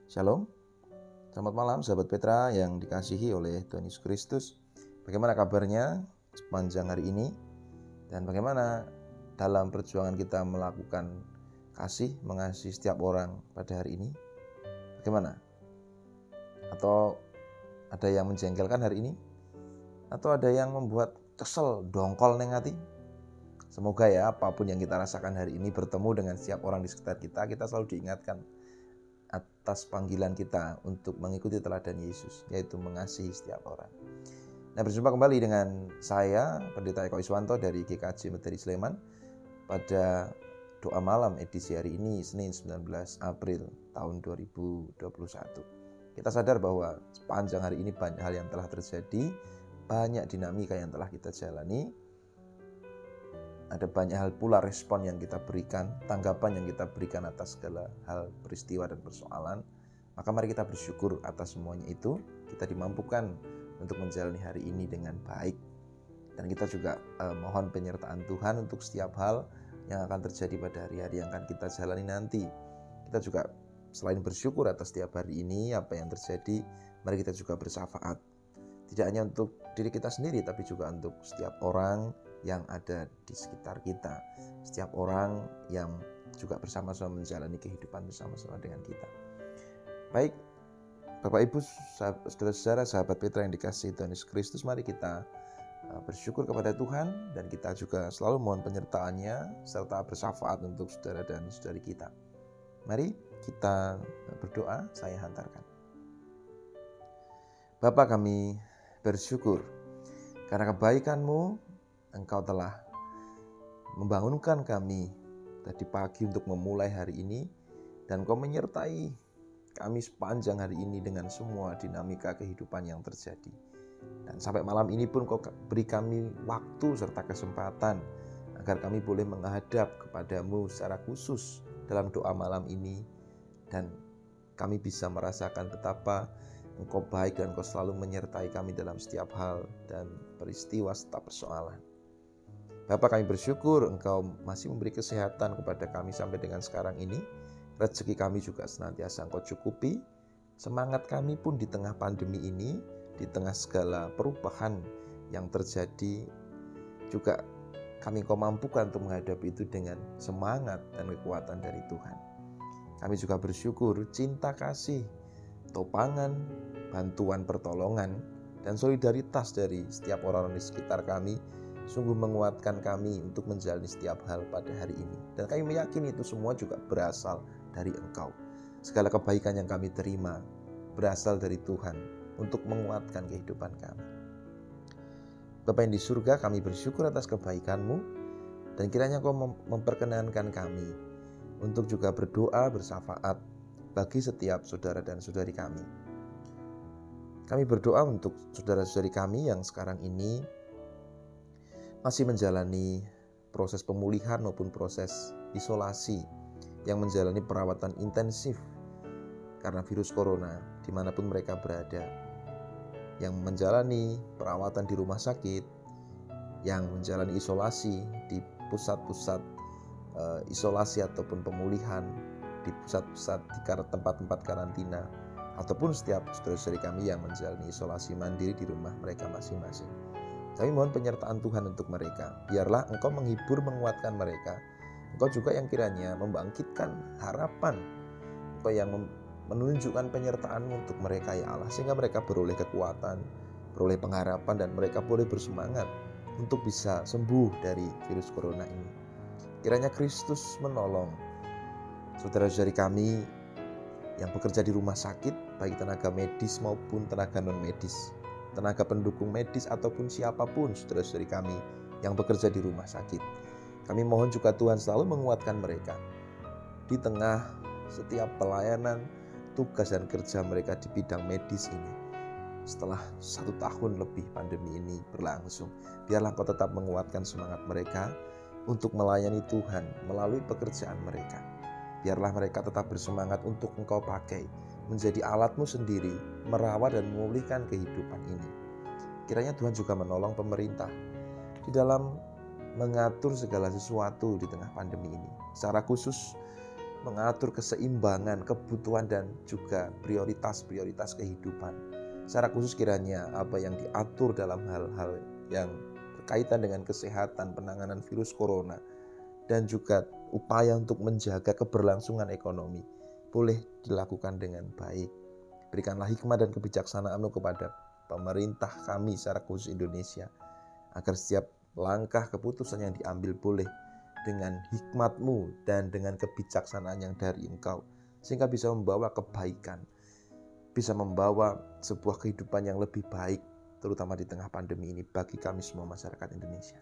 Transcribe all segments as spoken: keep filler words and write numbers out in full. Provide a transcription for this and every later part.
Shalom, selamat malam sahabat Petra yang dikasihi oleh Tuhan Yesus Kristus. Bagaimana kabarnya sepanjang hari ini? Dan bagaimana dalam perjuangan kita melakukan kasih, mengasihi setiap orang pada hari ini? Bagaimana? Atau ada yang menjengkelkan hari ini? Atau ada yang membuat kesel, dongkol neng hati? Semoga ya apapun yang kita rasakan hari ini bertemu dengan setiap orang di sekitar kita, kita selalu diingatkan atas panggilan kita untuk mengikuti teladan Yesus, yaitu mengasihi setiap orang. Nah, berjumpa kembali dengan saya, Pendeta Eko Iswanto dari G K J Medari Sleman pada doa malam edisi hari ini, Senin sembilan belas April tahun dua ribu dua puluh satu. Kita sadar bahwa sepanjang hari ini banyak hal yang telah terjadi, banyak dinamika yang telah kita jalani. Ada banyak hal pula respon yang kita berikan, tanggapan yang kita berikan atas segala hal peristiwa dan persoalan. Maka mari kita bersyukur atas semuanya itu. Kita dimampukan untuk menjalani hari ini dengan baik. Dan kita juga eh, mohon penyertaan Tuhan untuk setiap hal yang akan terjadi pada hari-hari yang akan kita jalani nanti. Kita juga selain bersyukur atas setiap hari ini, apa yang terjadi, mari kita juga bersyafaat. Tidak hanya untuk diri kita sendiri, tapi juga untuk setiap orang yang ada di sekitar kita, setiap orang yang juga bersama-sama menjalani kehidupan bersama-sama dengan kita. Baik, Bapak Ibu, saudara-saudara, sahabat Petra yang dikasihi Tuhan Yesus Kristus, mari kita bersyukur kepada Tuhan dan kita juga selalu mohon penyertaannya serta bersyafaat untuk saudara dan saudari kita. Mari kita berdoa, saya hantarkan. Bapa, kami bersyukur karena kebaikan-Mu. Engkau telah membangunkan kami tadi pagi untuk memulai hari ini, dan Kau menyertai kami sepanjang hari ini dengan semua dinamika kehidupan yang terjadi. Dan sampai malam ini pun Kau beri kami waktu serta kesempatan agar kami boleh menghadap kepadamu secara khusus dalam doa malam ini, dan kami bisa merasakan betapa Engkau baik dan Kau selalu menyertai kami dalam setiap hal dan peristiwa serta persoalan. Bapa, kami bersyukur Engkau masih memberi kesehatan kepada kami sampai dengan sekarang ini. Rezeki kami juga senantiasa Engkau cukupi. Semangat kami pun di tengah pandemi ini, di tengah segala perubahan yang terjadi, juga kami Engkau mampukan untuk menghadapi itu dengan semangat dan kekuatan dari Tuhan. Kami juga bersyukur cinta kasih, topangan, bantuan pertolongan, dan solidaritas dari setiap orang-orang di sekitar kami sungguh menguatkan kami untuk menjalani setiap hal pada hari ini. Dan kami meyakini itu semua juga berasal dari Engkau. Segala kebaikan yang kami terima berasal dari Tuhan untuk menguatkan kehidupan kami. Bapa yang di surga, kami bersyukur atas kebaikan-Mu, dan kiranya Engkau memperkenankan kami untuk juga berdoa bersyafaat bagi setiap saudara dan saudari kami. Kami berdoa untuk saudara-saudari kami yang sekarang ini masih menjalani proses pemulihan maupun proses isolasi, yang menjalani perawatan intensif karena virus corona dimanapun mereka berada, yang menjalani perawatan di rumah sakit, yang menjalani isolasi di pusat-pusat uh, isolasi ataupun pemulihan, di pusat-pusat di tempat-tempat karantina, ataupun setiap saudara-saudari kami yang menjalani isolasi mandiri di rumah mereka masing-masing. Kami mohon penyertaan Tuhan untuk mereka. Biarlah Engkau menghibur, menguatkan mereka. Engkau juga yang kiranya membangkitkan harapan. Engkau yang menunjukkan penyertaan-Mu untuk mereka ya Allah, sehingga mereka beroleh kekuatan, beroleh pengharapan, dan mereka boleh bersemangat untuk bisa sembuh dari virus corona ini. Kiranya Kristus menolong saudara-saudari kami yang bekerja di rumah sakit, baik tenaga medis maupun tenaga non-medis, tenaga pendukung medis ataupun siapapun saudara-saudari kami yang bekerja di rumah sakit. Kami mohon juga Tuhan selalu menguatkan mereka di tengah setiap pelayanan, tugas dan kerja mereka di bidang medis ini. Setelah satu tahun lebih pandemi ini berlangsung, biarlah Kau tetap menguatkan semangat mereka untuk melayani Tuhan melalui pekerjaan mereka. Biarlah mereka tetap bersemangat untuk Engkau pakai menjadi alat-Mu sendiri merawat dan memulihkan kehidupan ini. Kiranya Tuhan juga menolong pemerintah di dalam mengatur segala sesuatu di tengah pandemi ini. Secara khusus mengatur keseimbangan, kebutuhan dan juga prioritas-prioritas kehidupan. Secara khusus kiranya apa yang diatur dalam hal-hal yang berkaitan dengan kesehatan, penanganan virus corona, dan juga upaya untuk menjaga keberlangsungan ekonomi boleh dilakukan dengan baik. Berikanlah hikmah dan kebijaksanaan-Mu kepada pemerintah kami secara khusus Indonesia, agar setiap langkah keputusan yang diambil boleh dengan hikmat-Mu dan dengan kebijaksanaan yang dari Engkau, sehingga bisa membawa kebaikan, bisa membawa sebuah kehidupan yang lebih baik, terutama di tengah pandemi ini bagi kami semua masyarakat Indonesia.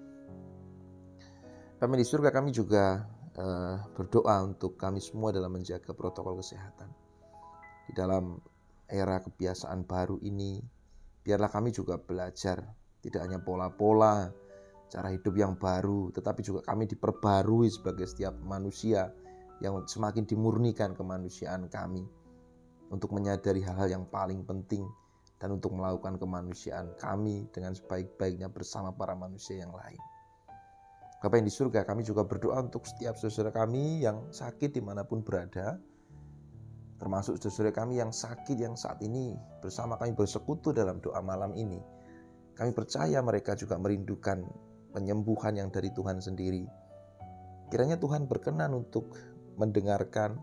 Kami di surga, kami juga uh, berdoa untuk kami semua dalam menjaga protokol kesehatan. Di dalam era kebiasaan baru ini, biarlah kami juga belajar tidak hanya pola-pola cara hidup yang baru, tetapi juga kami diperbarui sebagai setiap manusia yang semakin dimurnikan kemanusiaan kami untuk menyadari hal-hal yang paling penting dan untuk melakukan kemanusiaan kami dengan sebaik-baiknya bersama para manusia yang lain. Bapa yang di surga, kami juga berdoa untuk setiap saudara kami yang sakit dimanapun berada, termasuk saudara kami yang sakit yang saat ini bersama kami bersekutu dalam doa malam ini. Kami percaya mereka juga merindukan penyembuhan yang dari Tuhan sendiri. Kiranya Tuhan berkenan untuk mendengarkan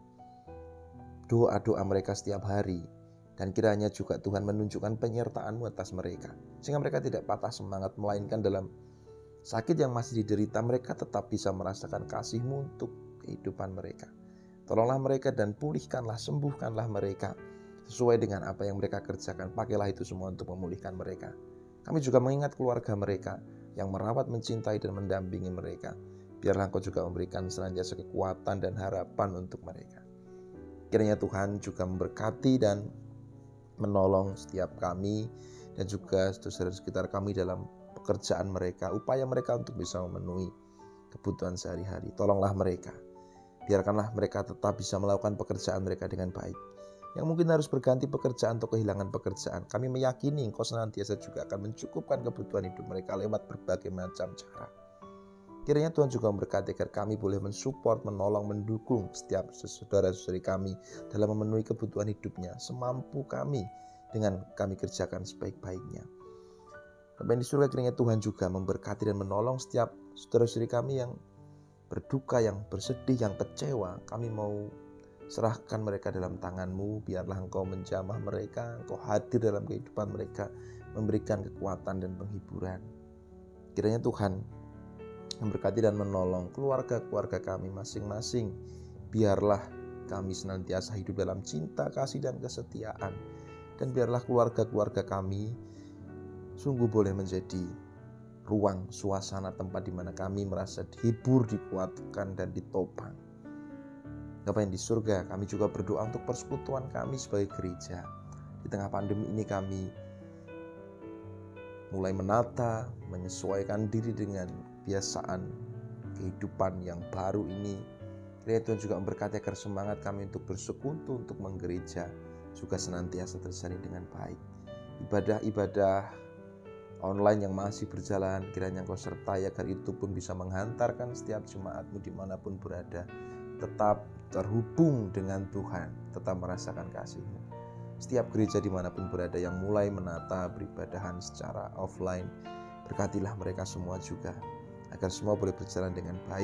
doa-doa mereka setiap hari, dan kiranya juga Tuhan menunjukkan penyertaan-Mu atas mereka, sehingga mereka tidak patah semangat, melainkan dalam sakit yang masih diderita mereka tetap bisa merasakan kasih-Mu untuk kehidupan mereka. Tolonglah mereka dan pulihkanlah, sembuhkanlah mereka sesuai dengan apa yang mereka kerjakan. Pakailah itu semua untuk memulihkan mereka. Kami juga mengingat keluarga mereka yang merawat, mencintai dan mendampingi mereka. Biarlah Engkau juga memberikan senantiasa kekuatan dan harapan untuk mereka. Kiranya Tuhan juga memberkati dan menolong setiap kami dan juga saudara sekitar kami dalam pekerjaan mereka, upaya mereka untuk bisa memenuhi kebutuhan sehari-hari. Tolonglah mereka. Biarkanlah mereka tetap bisa melakukan pekerjaan mereka dengan baik. Yang mungkin harus berganti pekerjaan atau kehilangan pekerjaan, kami meyakini Engkau senantiasa juga akan mencukupkan kebutuhan hidup mereka lewat berbagai macam cara. Kiranya Tuhan juga memberkati agar kami boleh mensupport, menolong, mendukung setiap saudara-saudari kami dalam memenuhi kebutuhan hidupnya semampu kami dengan kami kerjakan sebaik-baiknya. Bapa yang di surga, kiranya Tuhan juga memberkati dan menolong setiap saudara-saudari kami yang berduka, yang bersedih, yang kecewa. Kami mau serahkan mereka dalam tangan-Mu. Biarlah Engkau menjamah mereka, Engkau hadir dalam kehidupan mereka, memberikan kekuatan dan penghiburan. Kiranya Tuhan memberkati dan menolong keluarga-keluarga kami masing-masing. Biarlah kami senantiasa hidup dalam cinta, kasih, dan kesetiaan. Dan biarlah keluarga-keluarga kami sungguh boleh menjadi ruang, suasana, tempat di mana kami merasa dihibur, dikuatkan, dan ditopang. Bapa yang di surga, kami juga berdoa untuk persekutuan kami sebagai gereja. Di tengah pandemi ini kami mulai menata, menyesuaikan diri dengan kebiasaan kehidupan yang baru ini. Kiranya Tuhan juga memberkati agar semangat kami untuk bersekutu, untuk menggereja juga senantiasa terjalin dengan baik. Ibadah-ibadah online yang masih berjalan, kiranya Engkau sertai agar itu pun bisa menghantarkan setiap jemaat-Mu dimanapun berada tetap terhubung dengan Tuhan, tetap merasakan kasih-Mu. Setiap gereja dimanapun berada yang mulai menata beribadahan secara offline, berkatilah mereka semua juga, agar semua boleh berjalan dengan baik.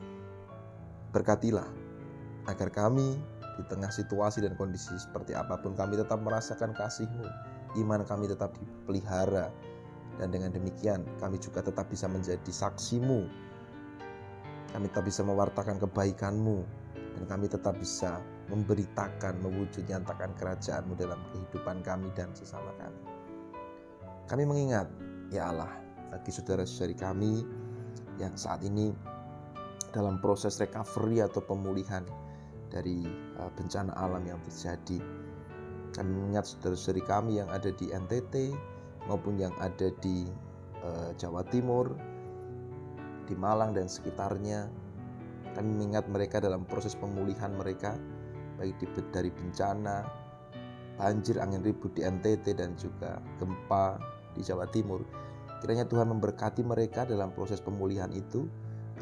Berkatilah agar kami di tengah situasi dan kondisi seperti apapun, kami tetap merasakan kasih-Mu, iman kami tetap dipelihara, dan dengan demikian kami juga tetap bisa menjadi saksi-Mu. Kami tetap bisa mewartakan kebaikan-Mu, dan kami tetap bisa memberitakan, mewujud nyatakan kerajaan-Mu dalam kehidupan kami dan sesama kami. Kami mengingat, ya Allah, bagi saudara-saudari kami yang saat ini dalam proses recovery atau pemulihan dari uh, bencana alam yang terjadi. Kami mengingat saudara-saudari kami yang ada di N T T maupun yang ada di uh, Jawa Timur, di Malang dan sekitarnya. Kami mengingat mereka dalam proses pemulihan mereka, baik dari bencana, banjir, angin ribut di N T T dan juga gempa di Jawa Timur. Kiranya Tuhan memberkati mereka dalam proses pemulihan itu.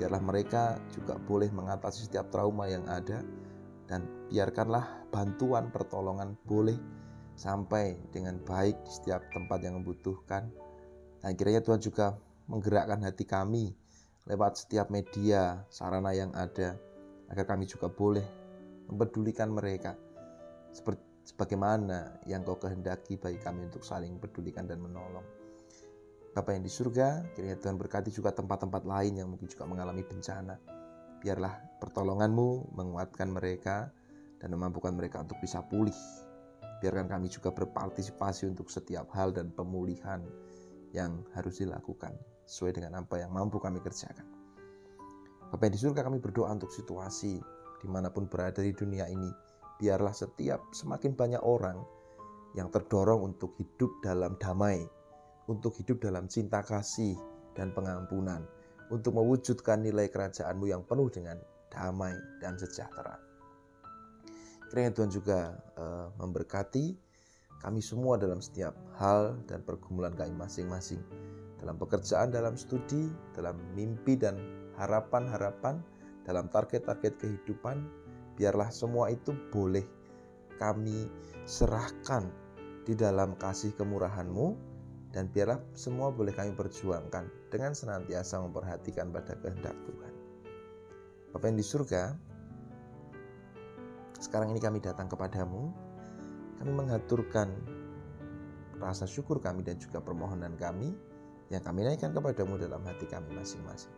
Biarlah mereka juga boleh mengatasi setiap trauma yang ada, dan biarkanlah bantuan pertolongan boleh sampai dengan baik di setiap tempat yang membutuhkan. Dan kiranya Tuhan juga menggerakkan hati kami lewat setiap media, sarana yang ada, agar kami juga boleh mempedulikan mereka seperti sebagaimana yang Kau kehendaki bagi kami untuk saling pedulikan dan menolong. Bapa yang di surga, kiranya Tuhan berkati juga tempat-tempat lain yang mungkin juga mengalami bencana. Biarlah pertolongan-Mu menguatkan mereka dan memampukan mereka untuk bisa pulih. Biarkan kami juga berpartisipasi untuk setiap hal dan pemulihan yang harus dilakukan sesuai dengan apa yang mampu kami kerjakan. Bapa yang di surga, kami berdoa untuk situasi dimanapun berada di dunia ini. Biarlah setiap semakin banyak orang yang terdorong untuk hidup dalam damai, untuk hidup dalam cinta kasih dan pengampunan, untuk mewujudkan nilai kerajaan-Mu yang penuh dengan damai dan sejahtera. Kiranya Tuhan juga uh, memberkati kami semua dalam setiap hal dan pergumulan kami masing-masing, dalam pekerjaan, dalam studi, dalam mimpi dan harapan-harapan, dalam target-target kehidupan. Biarlah semua itu boleh kami serahkan di dalam kasih kemurahan-Mu, dan biarlah semua boleh kami perjuangkan dengan senantiasa memperhatikan pada kehendak Tuhan. Bapa yang di surga, sekarang ini kami datang kepadamu. Kami mengaturkan rasa syukur kami dan juga permohonan kami yang kami naikkan kepadamu dalam hati kami masing-masing.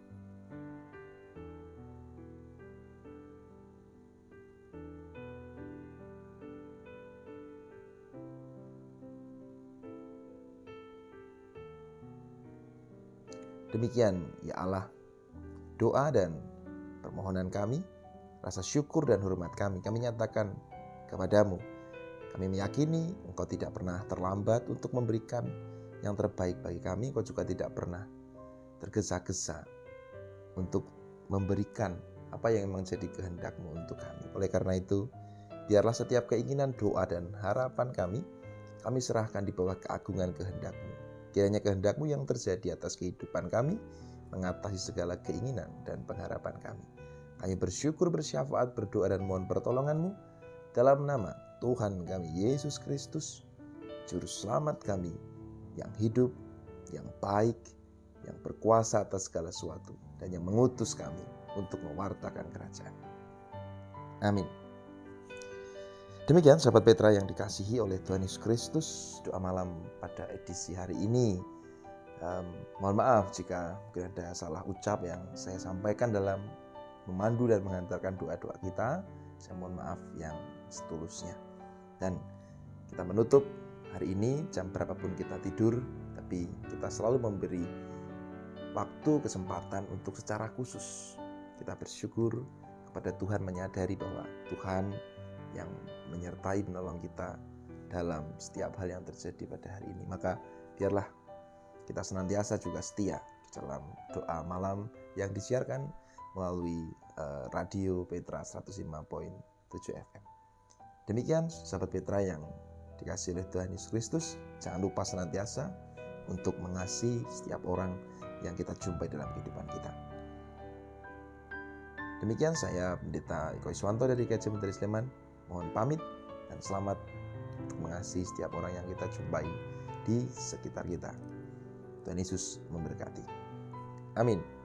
Demikian ya Allah, doa dan permohonan kami, rasa syukur dan hormat kami, kami nyatakan kepadamu. Kami meyakini Engkau tidak pernah terlambat untuk memberikan yang terbaik bagi kami. Engkau juga tidak pernah tergesa-gesa untuk memberikan apa yang memang jadi kehendak-Mu untuk kami. Oleh karena itu, biarlah setiap keinginan, doa, dan harapan kami, kami serahkan di bawah keagungan kehendak-Mu. Kiranya kehendak-Mu yang terjadi atas kehidupan kami, mengatasi segala keinginan dan pengharapan kami. Kami bersyukur, bersyafaat, berdoa, dan mohon pertolongan-Mu dalam nama Tuhan kami Yesus Kristus, Juru Selamat kami, yang hidup, yang baik, yang berkuasa atas segala sesuatu, dan yang mengutus kami untuk mewartakan kerajaan. Amin. Demikian sahabat Petra yang dikasihi oleh Tuhan Yesus Kristus, doa malam pada edisi hari ini. Um, mohon maaf jika mungkin ada salah ucap yang saya sampaikan dalam memandu dan mengantarkan doa-doa kita. Saya mohon maaf yang setulusnya. Dan kita menutup hari ini jam berapapun kita tidur, tapi kita selalu memberi waktu, kesempatan untuk secara khusus kita bersyukur kepada Tuhan, menyadari bahwa Tuhan yang menyertai menolong kita dalam setiap hal yang terjadi pada hari ini. Maka biarlah kita senantiasa juga setia dalam doa malam yang disiarkan melalui uh, radio Petra seratus lima koma tujuh F M. Demikian sahabat Petra yang dikasihi oleh Tuhan Yesus Kristus, jangan lupa senantiasa untuk mengasihi setiap orang yang kita jumpai dalam kehidupan kita. Demikian saya Pendeta Iko Iswanto dari G J Menteri Sleman. Mohon pamit dan selamat untuk mengasihi setiap orang yang kita jumpai di sekitar kita. Tuhan Yesus memberkati. Amin.